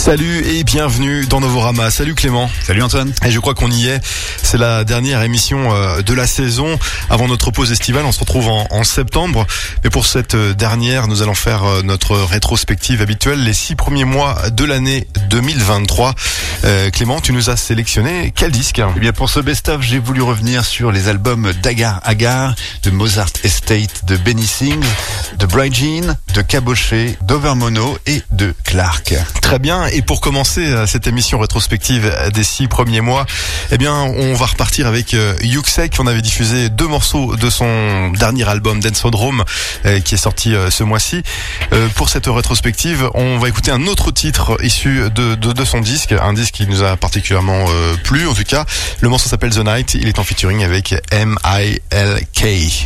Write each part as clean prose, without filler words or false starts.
Salut et bienvenue dans Novorama. Salut Clément. Salut Antoine. Et je crois qu'on y est. C'est la dernière émission de la saison avant notre pause estivale. On se retrouve en septembre. Mais pour cette dernière, nous allons faire notre rétrospective habituelle, les 6 premiers mois de l'année 2023. Clément, tu nous as sélectionné quel disque? Eh bien, pour ce best-of, j'ai voulu revenir sur les albums d'Agar Agar, de Mozart Estate, de Benny Sings, de Bright Jean, de Caboché, d'Overmono et de Clark. Très bien. Et pour commencer cette émission rétrospective des 6 premiers mois, eh bien, on va repartir avec Yuxek. On avait diffusé 2 morceaux de son dernier album Densodrome qui est sorti ce mois-ci. Pour cette rétrospective, on va écouter un autre titre issu de son disque, un disque qui nous a particulièrement plu en tout cas. Le morceau s'appelle The Night. Il est en featuring avec M.I.L.K.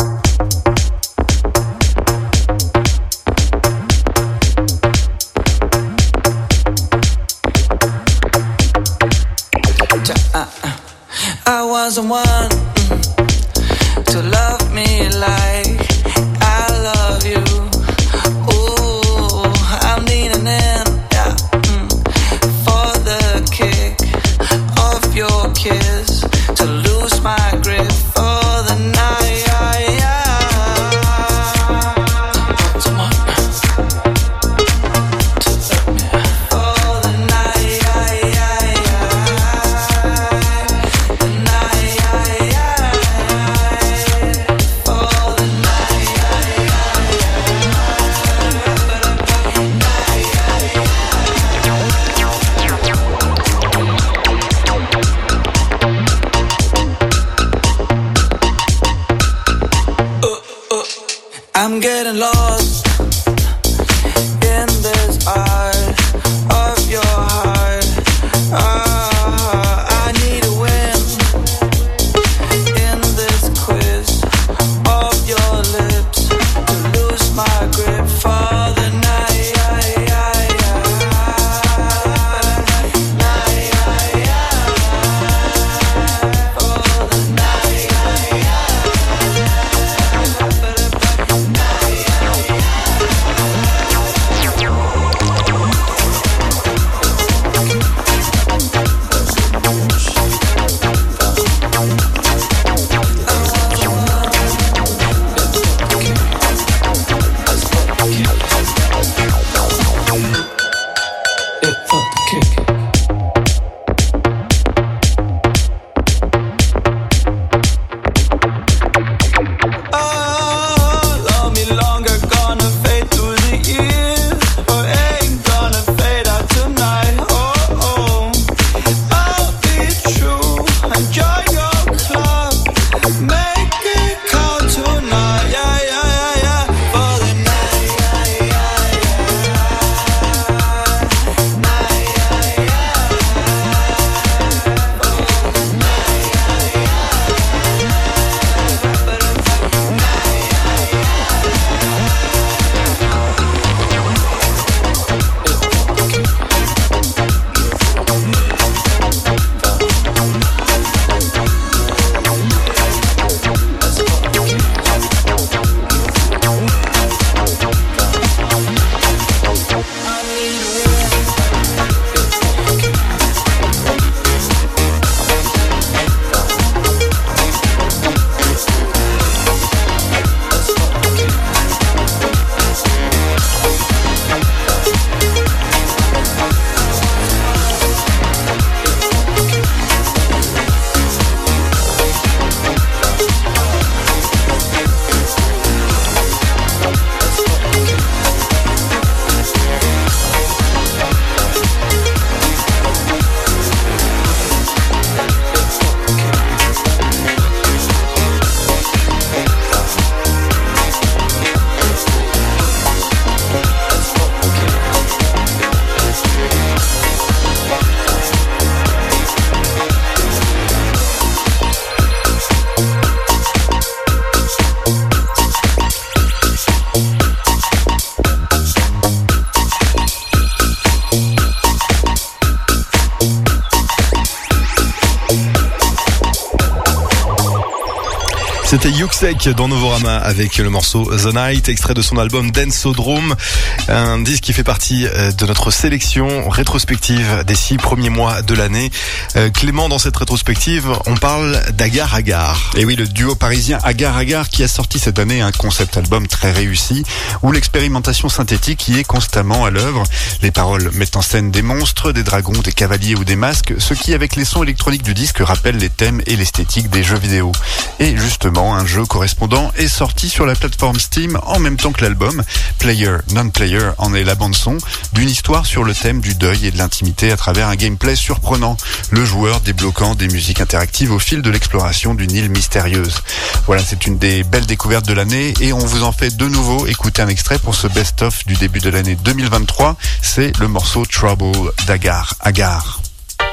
I wasn't one to love me like I love you. Ooh, I'm leaning in, yeah, for the kick of your kiss, to lose my grip for the night. I'm getting lost in this art of your heart. I need a win in this quiz of your lips, to lose my grip for the night. C'est Yuxek dans Novorama avec le morceau The Night, extrait de son album Densodrome, un disque qui fait partie de notre sélection rétrospective des 6 premiers mois de l'année. Clément, dans cette rétrospective, on parle d'Agar Agar. Et oui, le duo parisien Agar Agar qui a sorti cette année un concept album très réussi où l'expérimentation synthétique y est constamment à l'œuvre. Les paroles mettent en scène des monstres, des dragons, des cavaliers ou des masques, ce qui avec les sons électroniques du disque rappelle les thèmes et l'esthétique des jeux vidéo. Et justement, un jeu correspondant est sorti sur la plateforme Steam en même temps que l'album. Player Non-Player en est la bande-son d'une histoire sur le thème du deuil et de l'intimité à travers un gameplay surprenant, le joueur débloquant des musiques interactives au fil de l'exploration d'une île mystérieuse. Voilà, c'est une des belles découvertes de l'année et on vous en fait de nouveau écouter un extrait pour ce best-of du début de l'année 2023. C'est le morceau Trouble d'Agar Agar.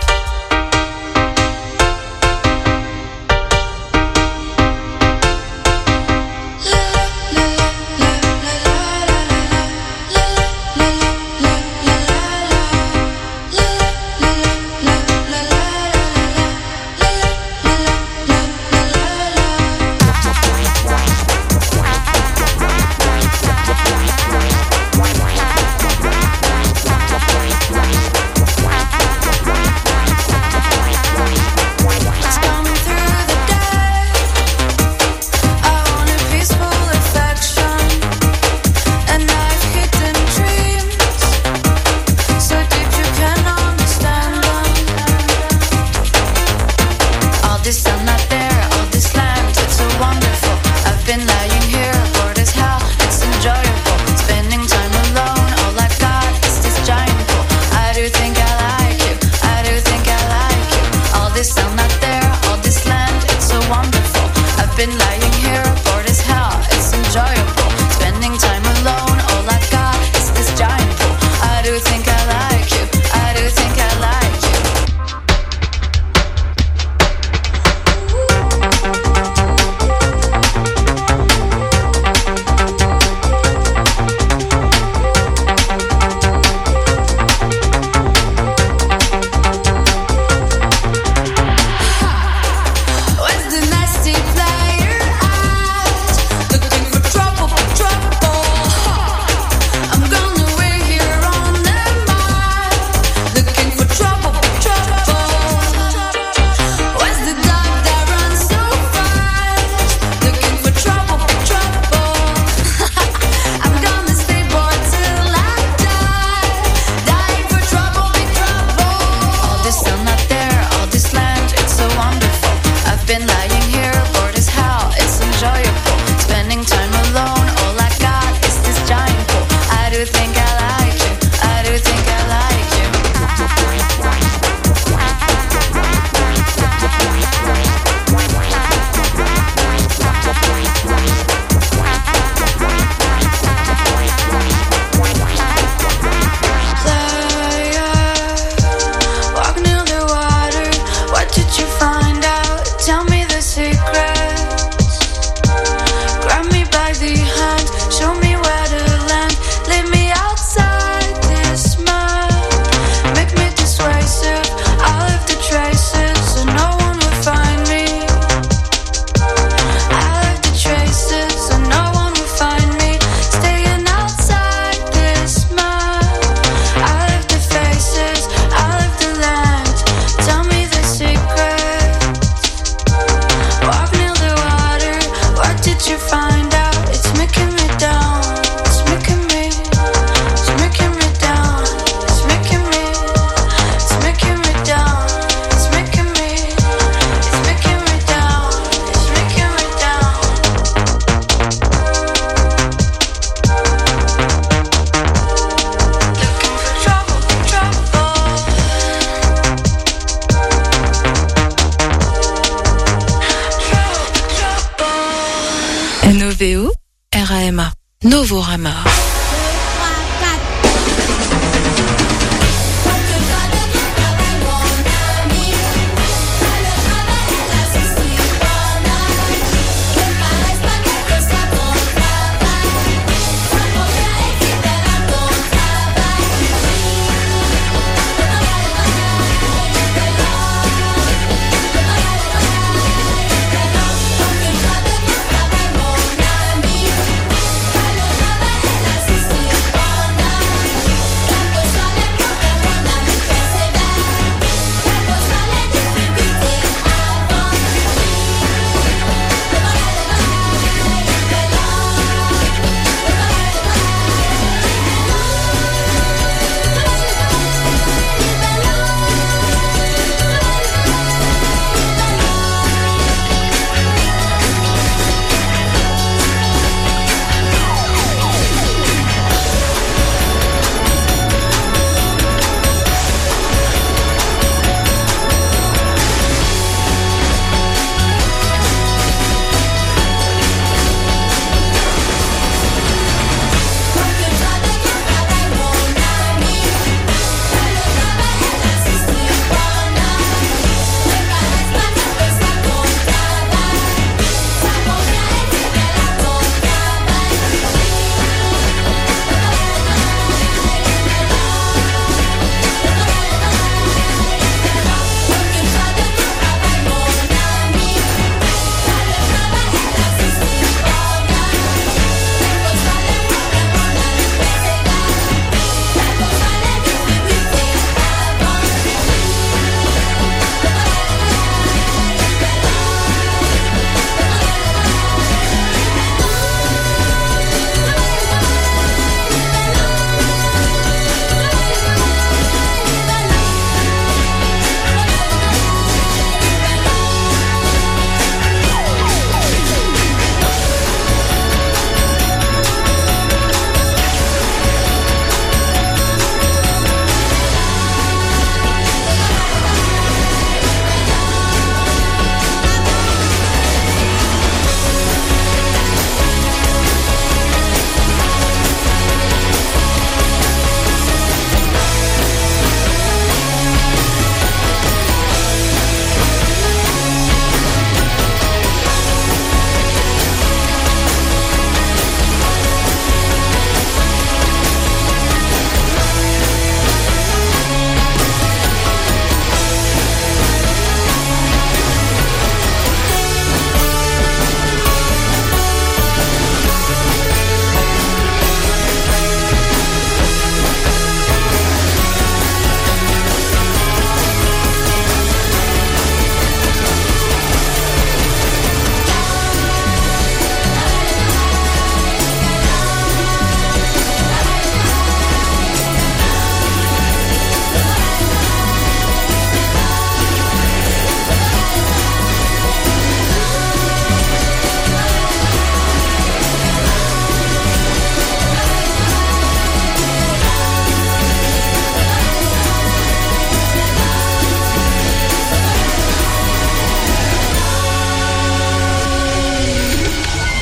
NOVO, RAMA, Novorama.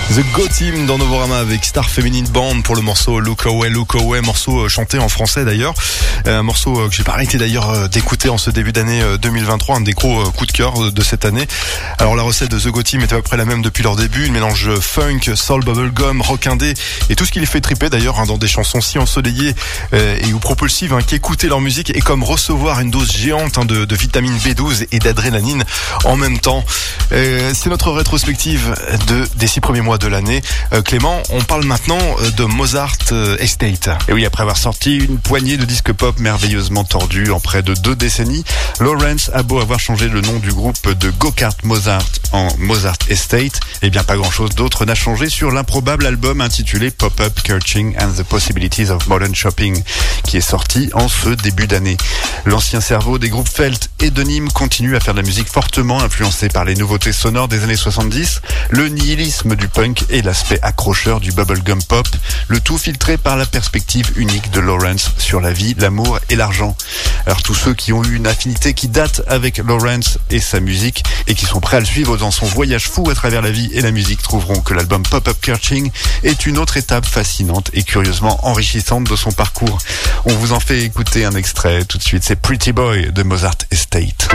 The Go Team dans Novorama avec Star Feminine Band pour le morceau Look Away, morceau chanté en français d'ailleurs, un morceau que j'ai pas arrêté d'ailleurs d'écouter en ce début d'année 2023, un des gros coups de cœur de cette année. Alors la recette de The Go Team est à peu près la même depuis leur début, une mélange funk, soul, bubblegum, rock indé et tout ce qui les fait triper d'ailleurs dans des chansons si ensoleillées et ou propulsives qu'écouter leur musique est comme recevoir une dose géante de vitamine B12 et d'adrénaline en même temps. C'est notre rétrospective des 6 premiers mois de l'année. Clément, on parle maintenant de Mozart Estate. Et oui, après avoir sorti une poignée de disques pop merveilleusement tordus en près de 2 décennies, Lawrence a beau avoir changé le nom du groupe de Go-Kart Mozart en Mozart Estate, eh bien pas grand chose d'autre n'a changé sur l'improbable album intitulé Pop-Up Searching and the Possibilities of Modern Shopping, qui est sorti en ce début d'année. L'ancien cerveau des groupes Felt et de Nîmes continue à faire de la musique fortement influencée par les nouveautés sonores des années 70, le nihilisme du punk et l'aspect accrocheur du bubblegum pop, le tout filtré par la perspective unique de Lawrence sur la vie, l'amour et l'argent. Alors tous ceux qui ont eu une affinité qui date avec Lawrence et sa musique et qui sont prêts à le suivre dans son voyage fou à travers la vie et la musique trouveront que l'album Pop-Up Searching est une autre étape fascinante et curieusement enrichissante de son parcours. On vous en fait écouter un extrait tout de suite, c'est Pretty Boy de Mozart Estate.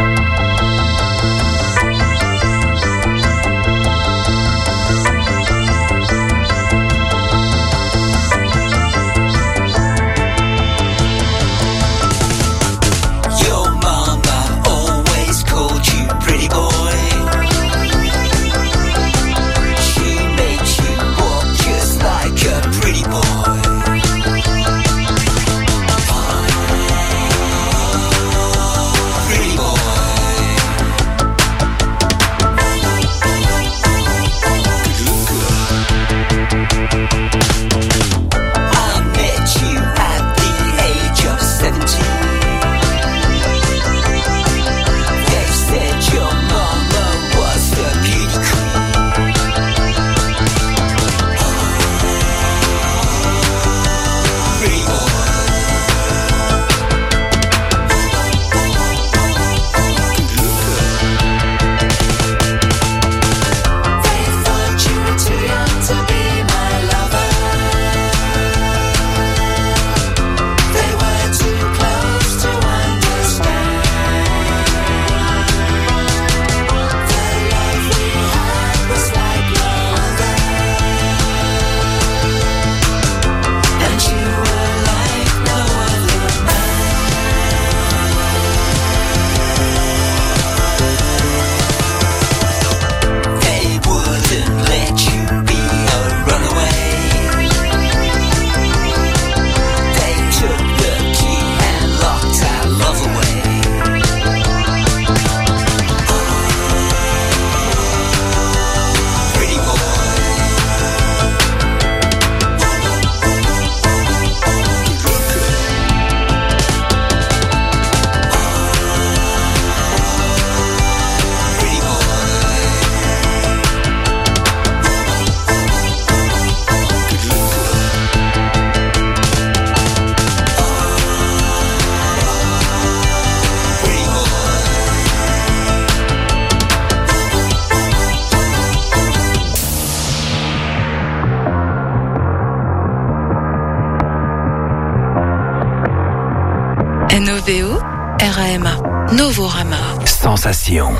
NOVO, RAMA, Novorama. Sensation.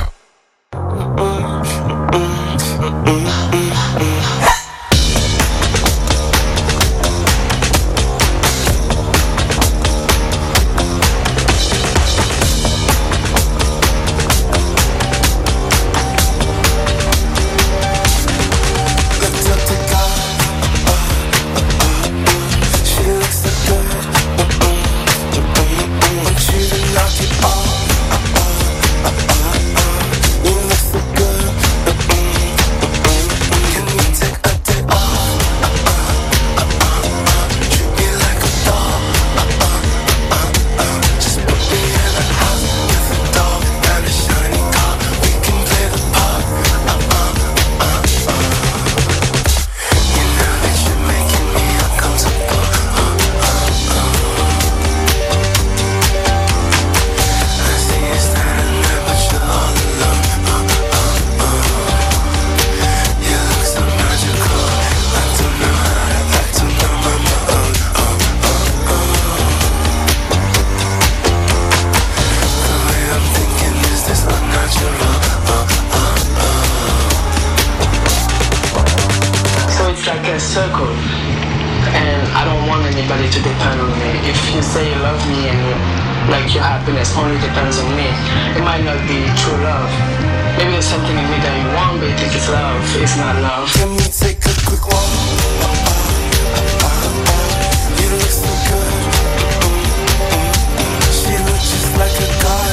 Knock it off. like a circle, and I don't want anybody to depend on me. If you say you love me and like your happiness only depends on me, it might not be true love. Maybe there's something in me that you want, but you think it's love. It's not love. Can we take a quick walk? You look so good. She looks just like a god.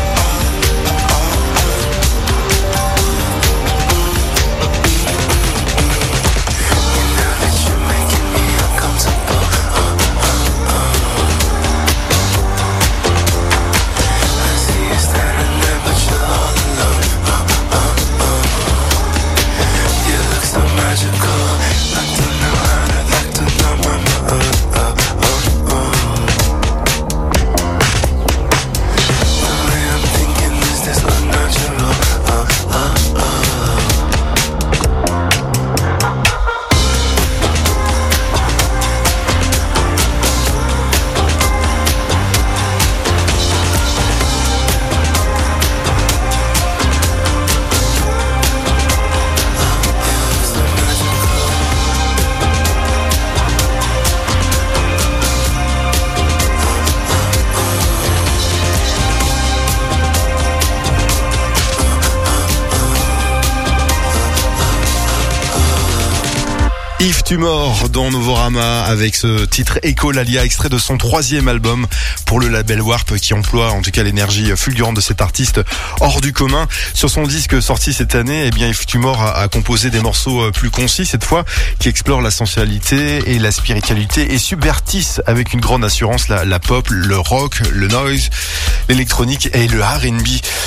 Yves Tumor dans Novorama avec ce titre Echolalia, extrait de son 3e album pour le label Warp, qui emploie en tout cas l'énergie fulgurante de cet artiste hors du commun. Sur son disque sorti cette année, eh bien Yves Tumor a composé des morceaux plus concis cette fois, qui explorent la sensualité et la spiritualité et subvertissent avec une grande assurance la pop, le rock, le noise, l'électronique et le R&B.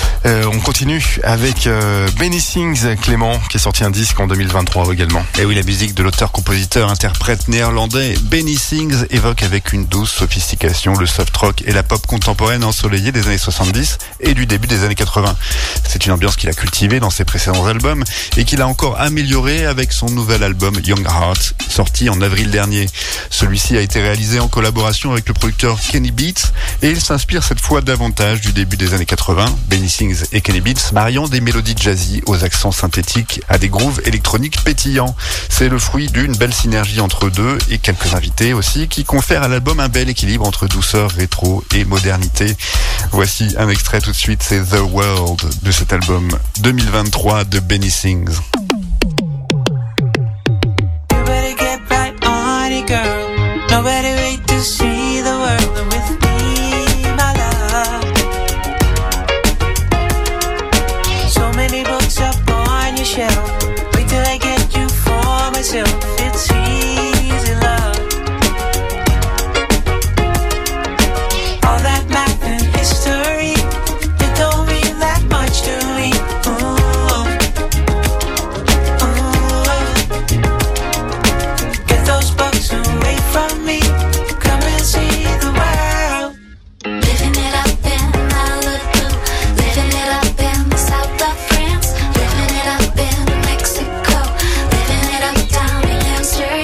On continue avec Benny Sings, Clément, qui a sorti un disque en 2023 également. Et oui, la musique de l'auteur-compositeur-interprète néerlandais Benny Sings évoque avec une douce sophistication le soft rock et la pop contemporaine ensoleillée des années 70 et du début des années 80. C'est une ambiance qu'il a cultivée dans ses précédents albums et qu'il a encore améliorée avec son nouvel album Young Heart, sorti en avril dernier. Celui-ci a été réalisé en collaboration avec le producteur Kenny Beats et il s'inspire cette fois davantage du début des années 80, Benny Sings et Kenny Beats mariant des mélodies jazzy aux accents synthétiques à des grooves électroniques pétillants. C'est le fruit d'une belle synergie entre deux et quelques invités aussi qui confèrent à l'album un bel équilibre entre douceur, rétro et modernité. Voici un extrait tout de suite, c'est The World de cet album 2023 de Benny Sings. It's easy, love. All that math and history, it don't mean that much to me. Ooh, ooh. Get those bucks away from me. Come and see the world. Living it up in Malibu, living it up in the south of France, living it up in Mexico, living it up down in Amsterdam.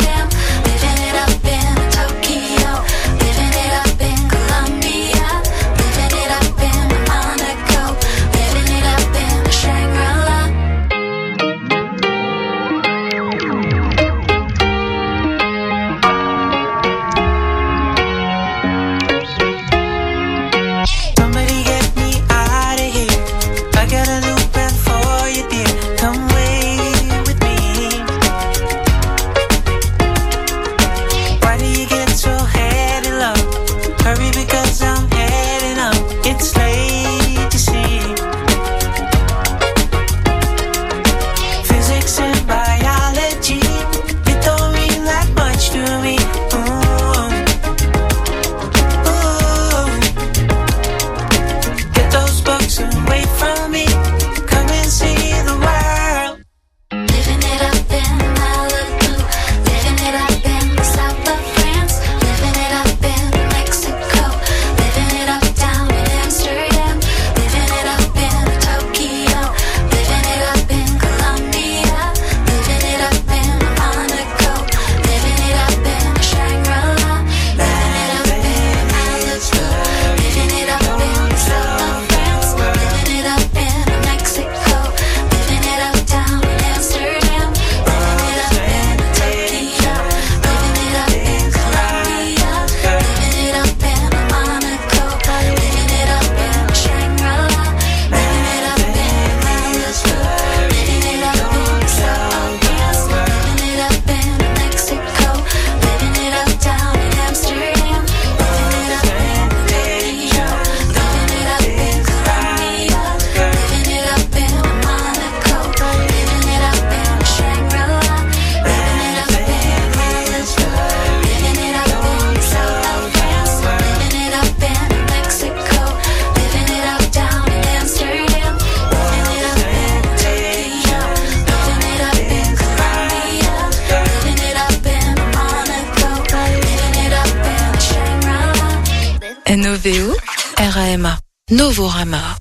Novorama.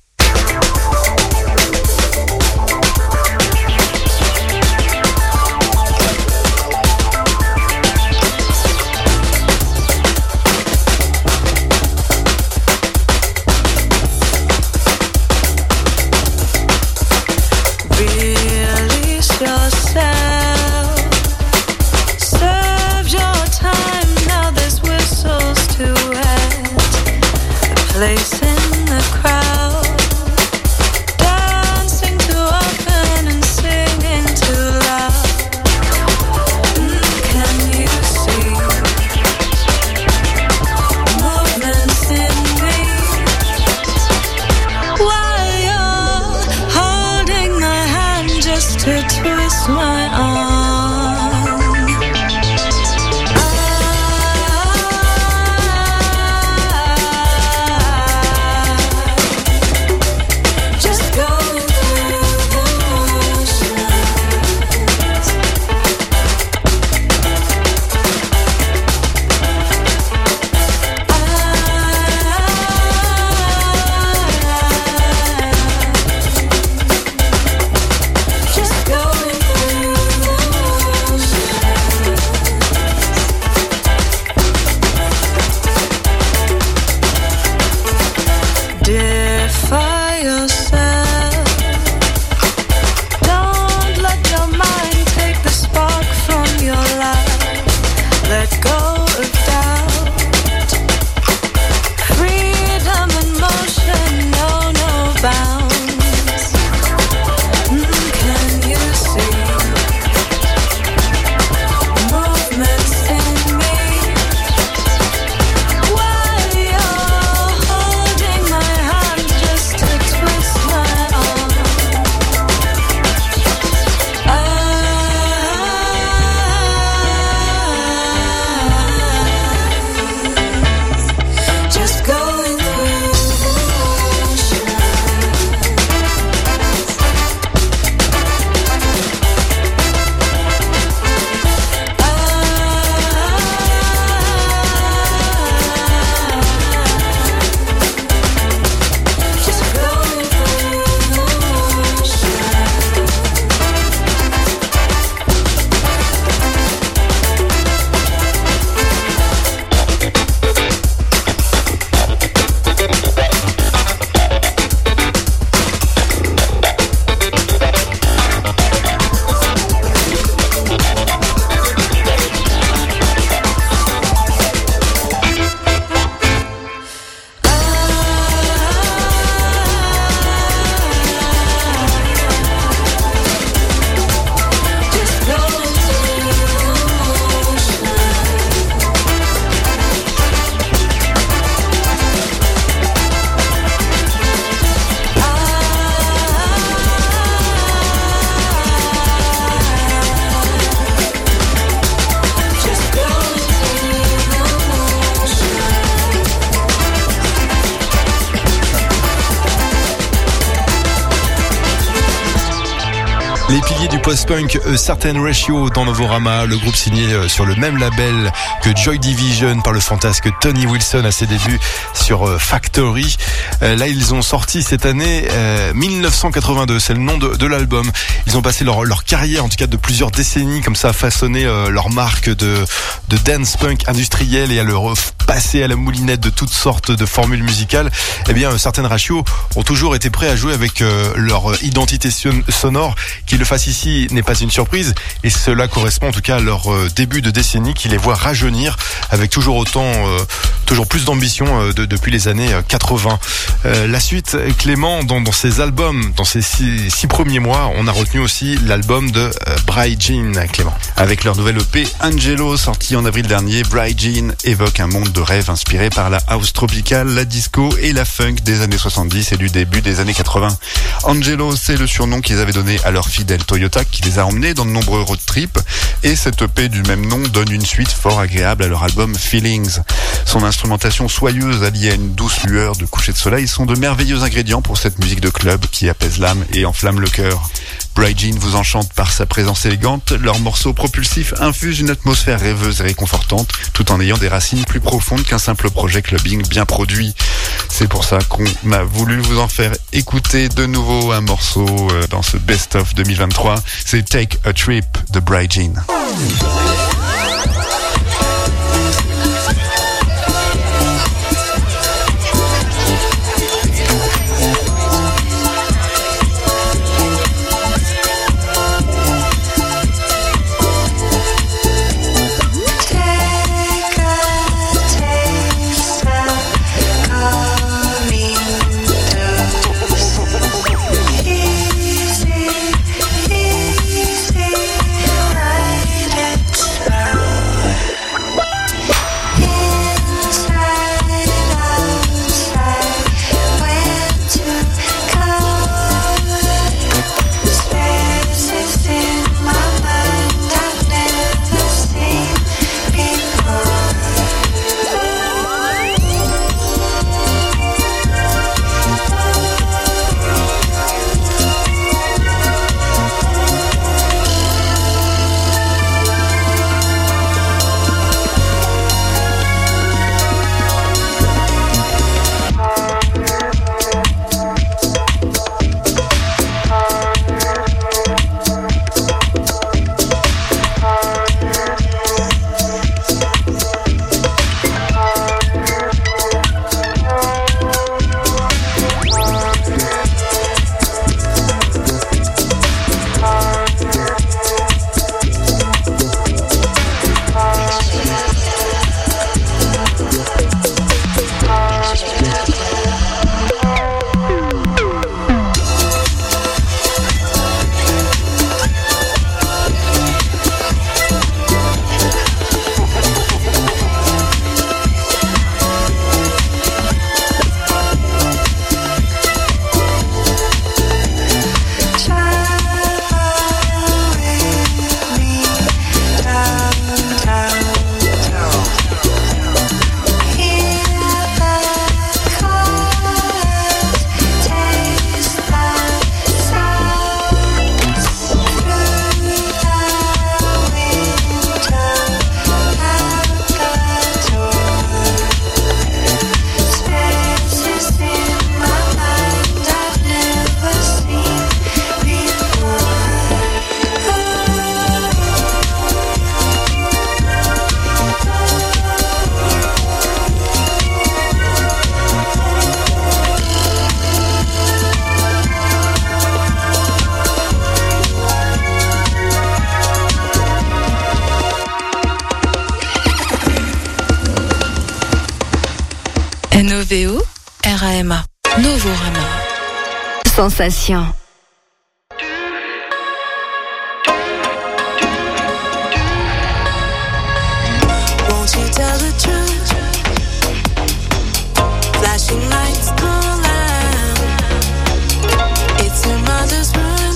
Release yourself. Serve your time. Now there's whistles to wet. A place in the crowd. Dancing too often and singing too loud. Can you see movements in me? While you're holding my hand just to twist my arm. Just going through the motions. Just going through the motions. Defy yourself. Don't let your mind take the spark from your life. Let go of doubt. Freedom and motion know no bounds. Can you see movements in me? While you're holding my hand just to twist my arm. Just going through the motions. Just going through the motions. Just going through the motions. Just going through the motions. Les piliers du post-punk, A Certain Ratio dans Novorama, le groupe signé sur le même label que Joy Division par le fantasque Tony Wilson à ses débuts sur Factory. Là, ils ont sorti cette année 1982, c'est le nom de l'album. Ils ont passé leur carrière, en tout cas de plusieurs décennies, comme ça, à façonner leur marque de dance punk industriel et à le passer à la moulinette de toutes sortes de formules musicales. Eh bien, certaines ratios ont toujours été prêts à jouer avec leur identité sonore. Qu'ils le fassent ici n'est pas une surprise, et cela correspond en tout cas à leur début de décennie qui les voit rajeunir avec toujours plus d'ambition depuis les années 80. La suite, Clément, dans ses albums, dans ces six premiers mois, on a retenu aussi l'album de Bright Jean, Clément. Avec leur nouvelle EP Angelo, sorti en avril dernier, Bright Jean évoque un monde de rêve inspiré par la house tropicale, la disco et la funk des années 70 et du début des années 80. Angelo, c'est le surnom qu'ils avaient donné à leur fidèle Toyota qui les a emmenés dans de nombreux road trips, et cette EP du même nom donne une suite fort agréable à leur album Feelings. Son instrumentation soyeuse alliée à une douce lueur de coucher de soleil sont de merveilleux ingrédients pour cette musique de club qui apaise l'âme et enflamme le cœur. Bright Jean vous enchante par sa présence élégante, leurs morceaux propulsifs infusent une atmosphère rêveuse et réconfortante, tout en ayant des racines plus profondes qu'un simple projet clubbing bien produit. C'est pour ça qu'on a voulu vous en faire écouter de nouveau un morceau dans ce Best of 2023. C'est Take a Trip de Bry Jean. NOVO, RAMA, Novorama. Sensation. Won't you tell the truth? Flashing lights pull out. It's your mother's room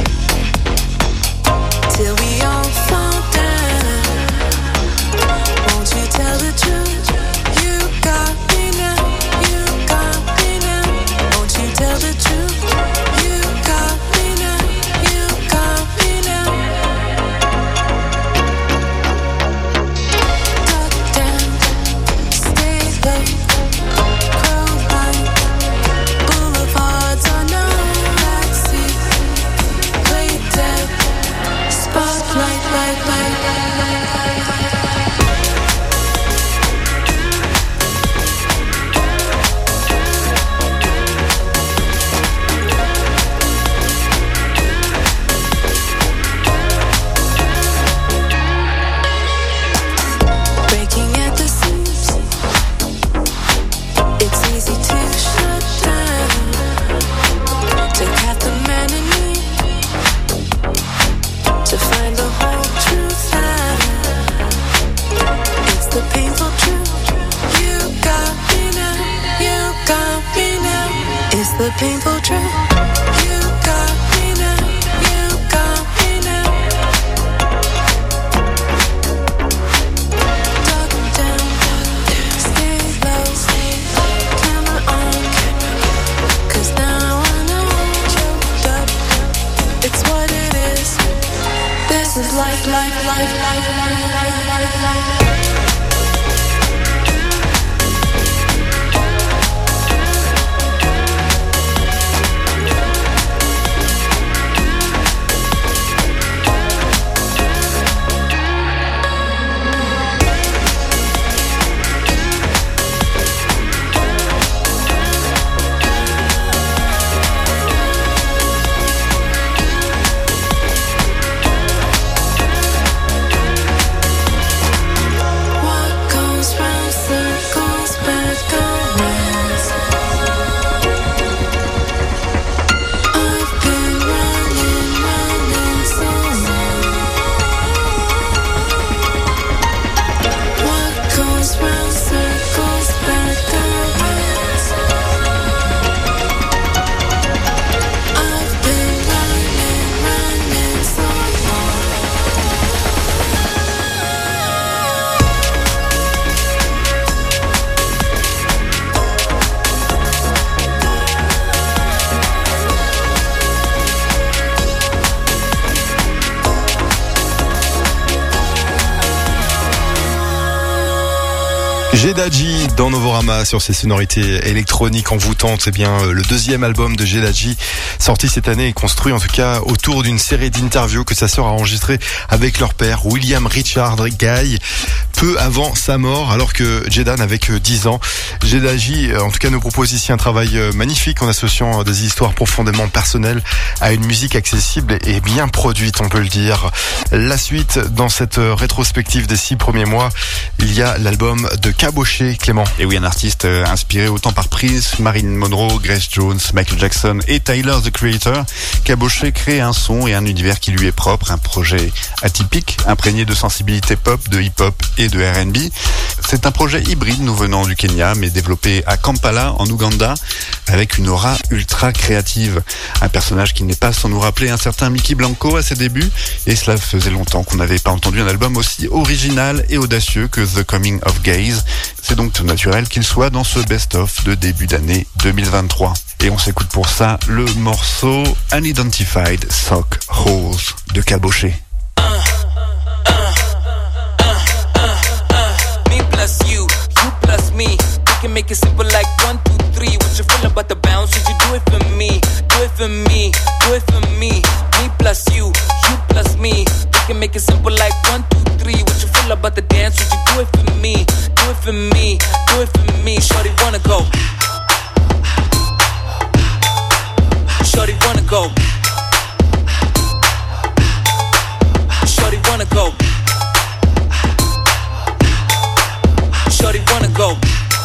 till we all fall down. Won't you tell the truth? You got me now. You got me now. Won't you tell the truth? You got me now. You got me now. Duck down, stay low, crow high. Boulevards are no backseat. Play dead, spotlight, light, light. Breaking at the seams, it's easy to shut down. Take half the man in me to find the whole truth out. It's the painful truth. You got me now. You got me now. It's the painful truth. You got me now. You got me now. Duck down, stay low, camera on, 'cause now I know. Choked up, it's what it is. This is life, life, life, life, life, life, life, life. Jedaji dans Novorama sur ses sonorités électroniques envoûtantes. C'est bien le deuxième album de Jedaji sorti cette année et construit en tout cas autour d'une série d'interviews que sa sœur a enregistrées avec leur père William Richard Guy peu avant sa mort alors que Jeda n'avait que 10 ans. Jedaji en tout cas nous propose ici un travail magnifique en associant des histoires profondément personnelles à une musique accessible et bien produite, on peut le dire. La suite dans cette rétrospective des 6 premiers mois, il y a l'album de Caboché, Clément. Et oui, un artiste inspiré autant par Prince, Marilyn Monroe, Grace Jones, Michael Jackson et Tyler, the Creator. Caboché crée un son et un univers qui lui est propre, un projet atypique, imprégné de sensibilité pop, de hip-hop et de R&B. C'est un projet hybride nous venant du Kenya, mais développé à Kampala, en Ouganda, avec une aura ultra créative. Un personnage qui n'est pas sans nous rappeler un certain Mickey Blanco à ses débuts, et cela faisait longtemps qu'on n'avait pas entendu un album aussi original et audacieux que The Coming of Gaze. C'est donc tout naturel qu'il soit dans ce best-of de début d'année 2023. Et on s'écoute pour ça le morceau Unidentified Sock Holes de Caboché. Me plus you plus me. We can make it simple like 1, 2, 3. What you feel about the bounce? Would you do it for me? Do it for me, do it for me. Me plus you plus me. We can make it simple like 1, 2, 3. What you feel about the dance? Would you do it for me? Do it for me, do it for me. Shorty wanna go. Shorty wanna go. Shorty wanna go. Shorty wanna go.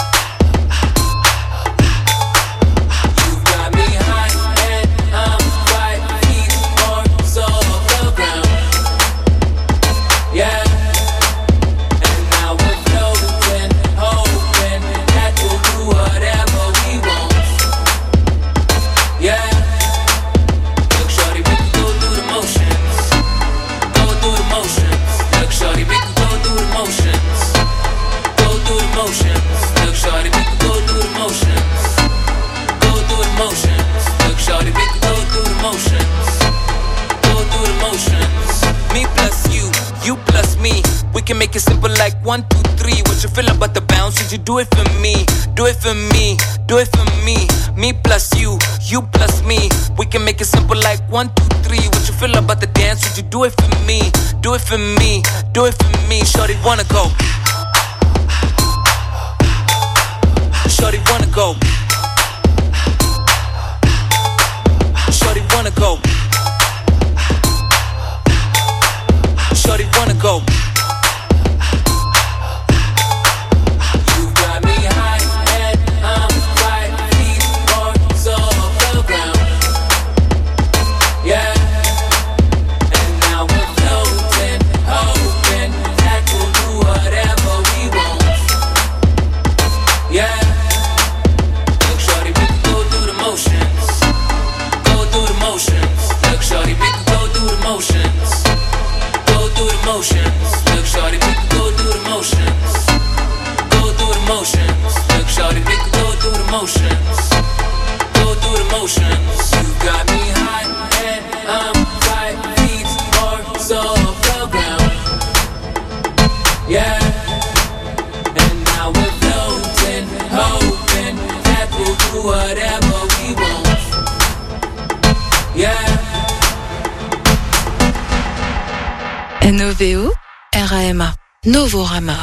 You got me high and I'm 5 feet or so above the ground. Yeah. And now we're floating, hoping that we'll do whatever we want. Yeah. Look, shorty, we can go through the motions. Go through the motions. Look, shorty, we can go through the motions. Through the motions, look shorty, we can go through the motions. Go through the motions, look shorty, we can go through the motions. Go through the motions. Me plus you plus me. We can make it simple like 1, 2, 3. What you feel about the bounce? Would you do it for me? Do it for me, do it for me. Me plus you plus me. We can make it simple like 1, 2, 3. What you feel about the dance? Would you do it for me? Do it for me, do it for me. Shorty wanna go. Shorty wanna go. Shorty wanna go. Shorty wanna go. You got me high and I'm 5 feet or so above the ground. Yeah. And now we're floating, hoping that we'll do whatever we want. Yeah. Look, shorty, we can go through the motions. Go through the motions. Look, shorty, we can go through the motions. Go through the motions. Look, shorty, we can go through the motions. Go through the motions. You got me high and I'm 5 feet or so above ground. Yeah. And now we're floating, hoping that we'll do whatever we want. Yeah. NOVO, RAMA, Novorama.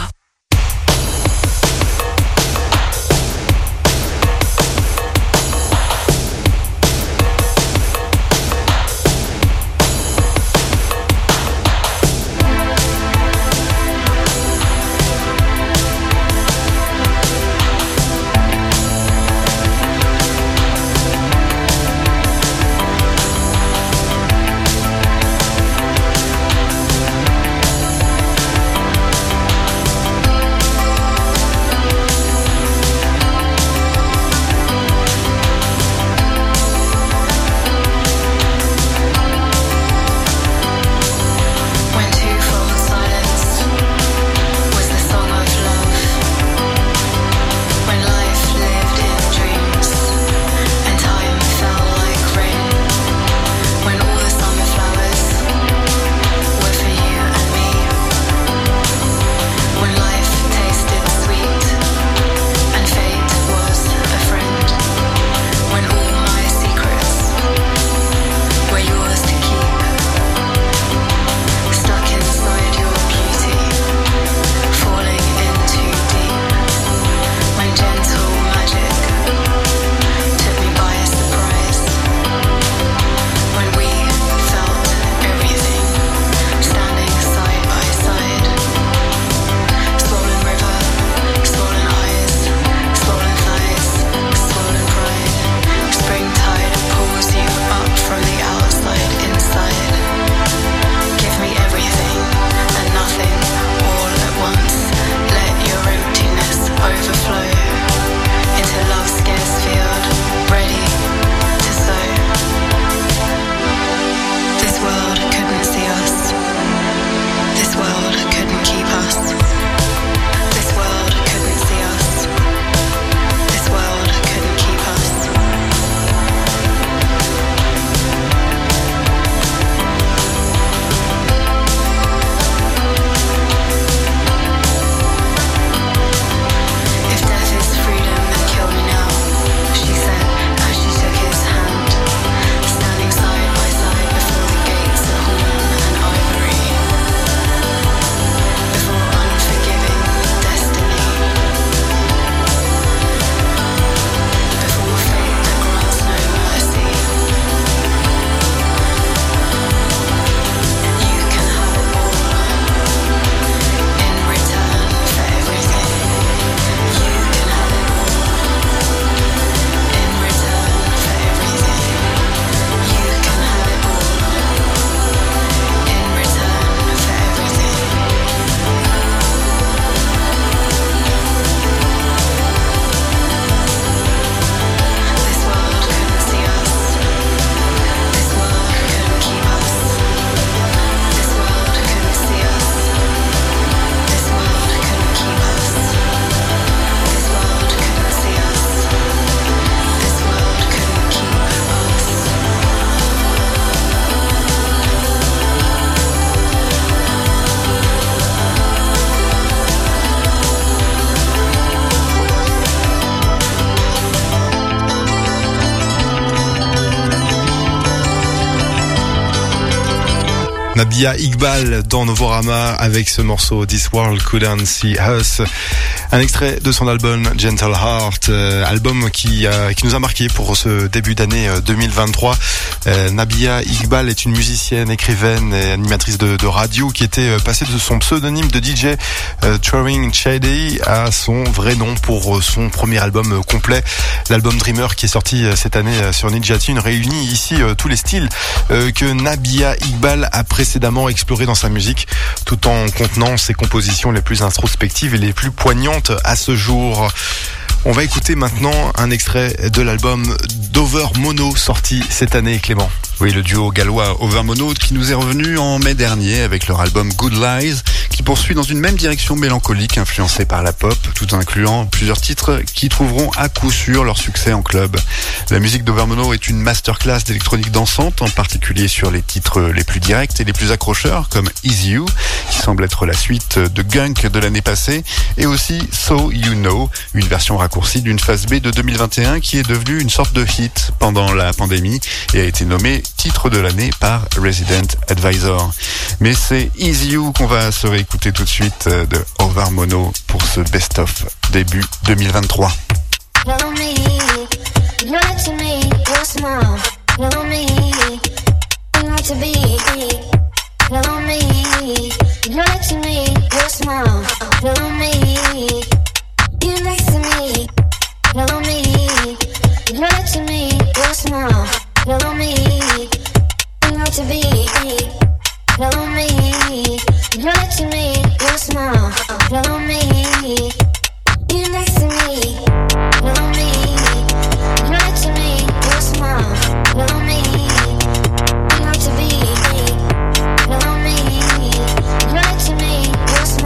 Nabia Iqbal dans Novorama avec ce morceau This World Couldn't See Us. Un extrait de son album Gentle Heart, album qui nous a marqué pour ce début d'année 2023. Nabia Iqbal est une musicienne, écrivaine et animatrice de radio qui était passée de son pseudonyme de DJ Turing Shady à son vrai nom pour son premier album complet, l'album Dreamer, qui est sorti cette année sur Ninja Tune, réunit ici tous les styles que Nabia Iqbal a précédemment exploré dans sa musique, tout en contenant ses compositions les plus introspectives et les plus poignantes à ce jour. On va écouter maintenant un extrait de l'album d'Over Mono sorti cette année, Clément. Oui, le duo gallois Over Mono qui nous est revenu en mai dernier avec leur album Good Lies, qui poursuit dans une même direction mélancolique influencée par la pop, tout en incluant plusieurs titres qui trouveront à coup sûr leur succès en club. La musique d'Over Mono est une masterclass d'électronique dansante, en particulier sur les titres les plus directs et les plus accrocheurs, comme Easy You, qui semble être la suite de Gunk de l'année passée, et aussi So You Know, une version raccourcie d'une phase B de 2021 qui est devenue une sorte de hit pendant la pandémie et a été nommée titre de l'année par Resident Advisor. Mais c'est Easy You qu'on va se réécouter tout de suite de Over Mono pour ce best-of début 2023. Follow me, you want to be. Follow me, you're next to me, your smile. Follow me, you next to me. Follow me, you're next to me, your smile. Follow me, you want to be. Follow me, you're next to me, your smile.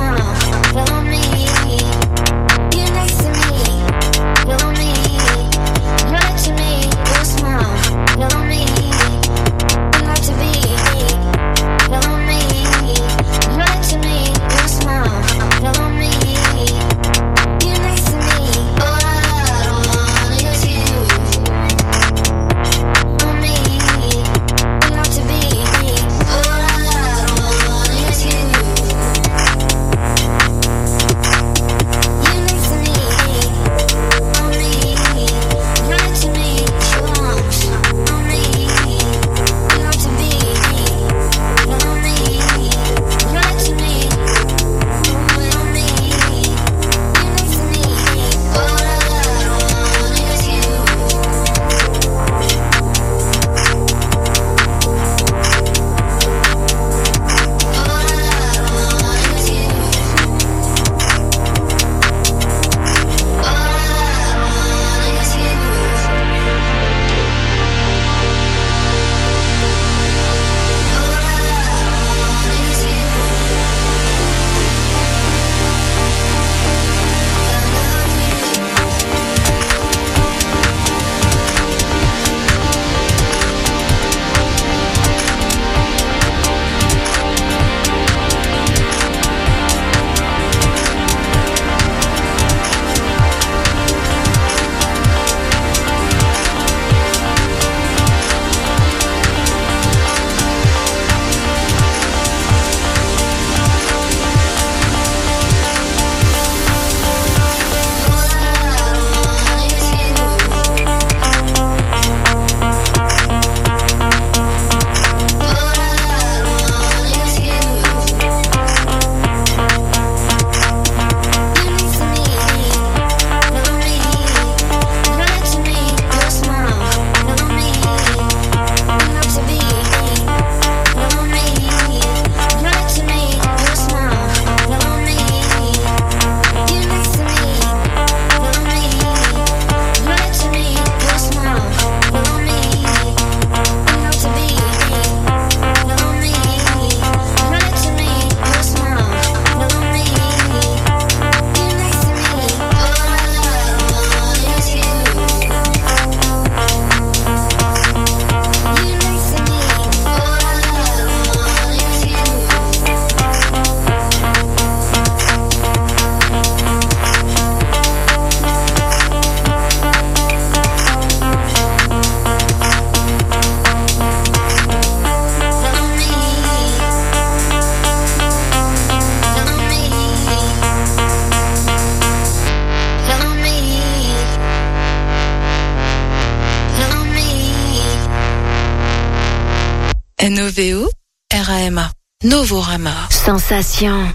NOVO RAMA. Novorama. Sensation.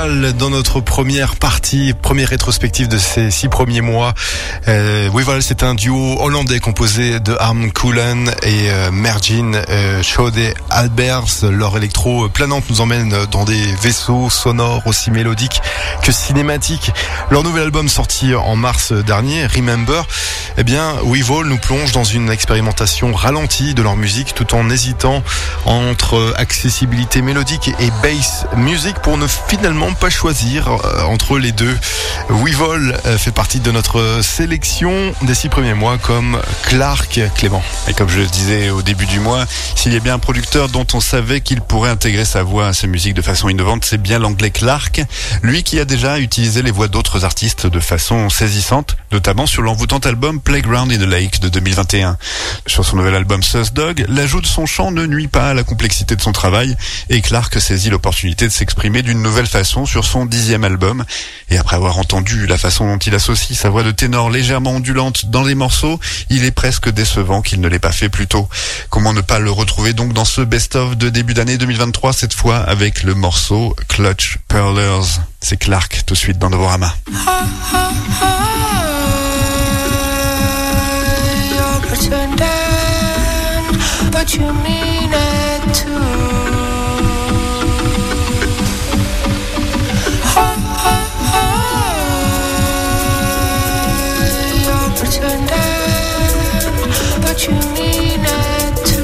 Weval dans notre première partie, première rétrospective de ces 6 premiers mois. Weval, c'est un duo hollandais composé de Harm Koolen et Mergin Schode Albers. Leur électro planante nous emmène dans des vaisseaux sonores aussi mélodiques que cinématiques. Leur nouvel album sorti en mars dernier, Remember, eh bien, Weval nous plonge dans une expérimentation ralentie de leur musique tout en hésitant entre accessibilité mélodique et bass music pour ne finalement pas choisir entre les deux. Weval fait partie de notre sélection des 6 premiers mois comme Clark. Clément. Et comme je le disais au début du mois, s'il y a bien un producteur dont on savait qu'il pourrait intégrer sa voix à sa musique de façon innovante, c'est bien l'anglais Clark. Lui qui a déjà utilisé les voix d'autres artistes de façon saisissante, notamment sur l'envoûtant album Playground in the Lake de 2021. Sur son nouvel album Sus Dog, l'ajout de son chant ne nuit pas à la complexité de son travail et Clark saisit l'opportunité de s'exprimer d'une nouvelle façon sur son 10e album. Et après avoir entendu la façon dont il associe sa voix de ténor légèrement ondulante dans les morceaux, il est presque décevant qu'il ne l'ait pas fait plus tôt. Comment ne pas le retrouver donc dans ce best-of de début d'année 2023, cette fois avec le morceau Clutch Pearlers. C'est Clark tout de suite dans Novorama. But you mean it too. You're pretending, but you mean it too.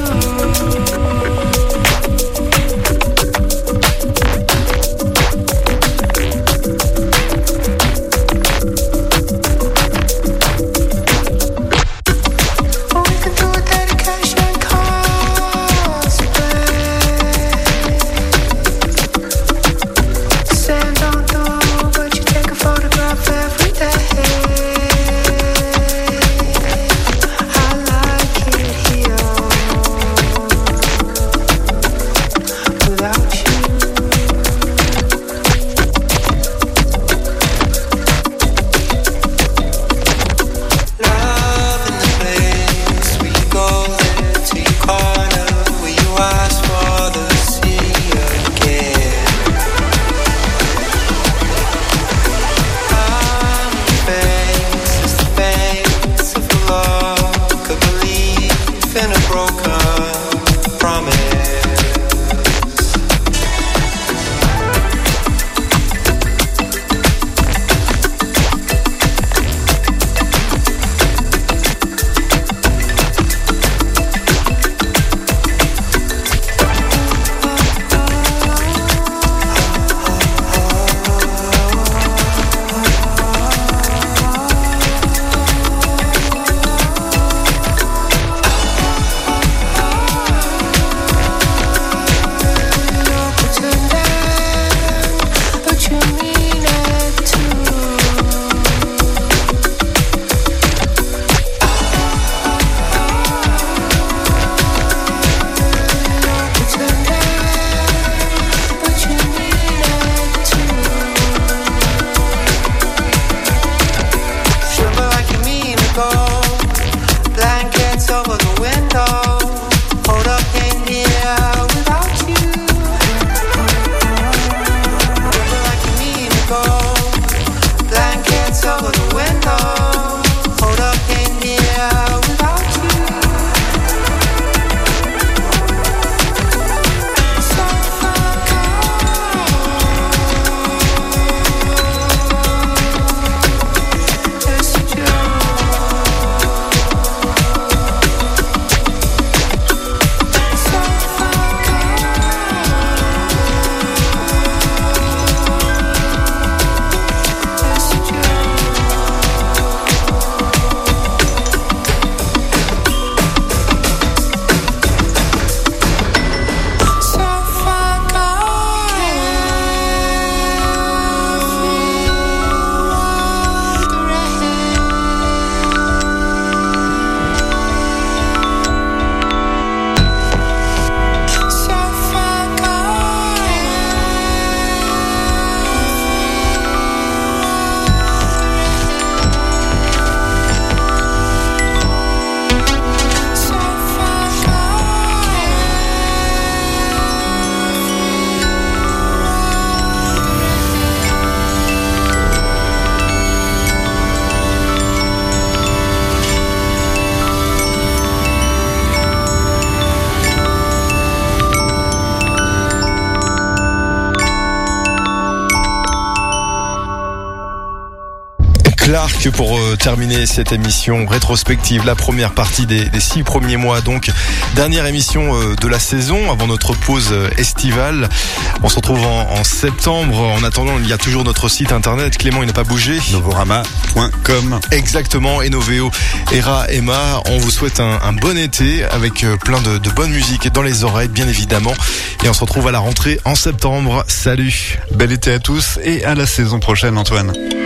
Clark pour terminer cette émission rétrospective, la première partie des 6 premiers mois, donc dernière émission de la saison avant notre pause estivale. On se retrouve en septembre. En attendant, il y a toujours notre site internet. Clément, il n'a pas bougé. Novorama.com. Exactement. Et Noveo, Era, Emma. On vous souhaite un bon été avec plein de bonne musique dans les oreilles, bien évidemment. Et on se retrouve à la rentrée en septembre. Salut. Bel été à tous et à la saison prochaine, Antoine.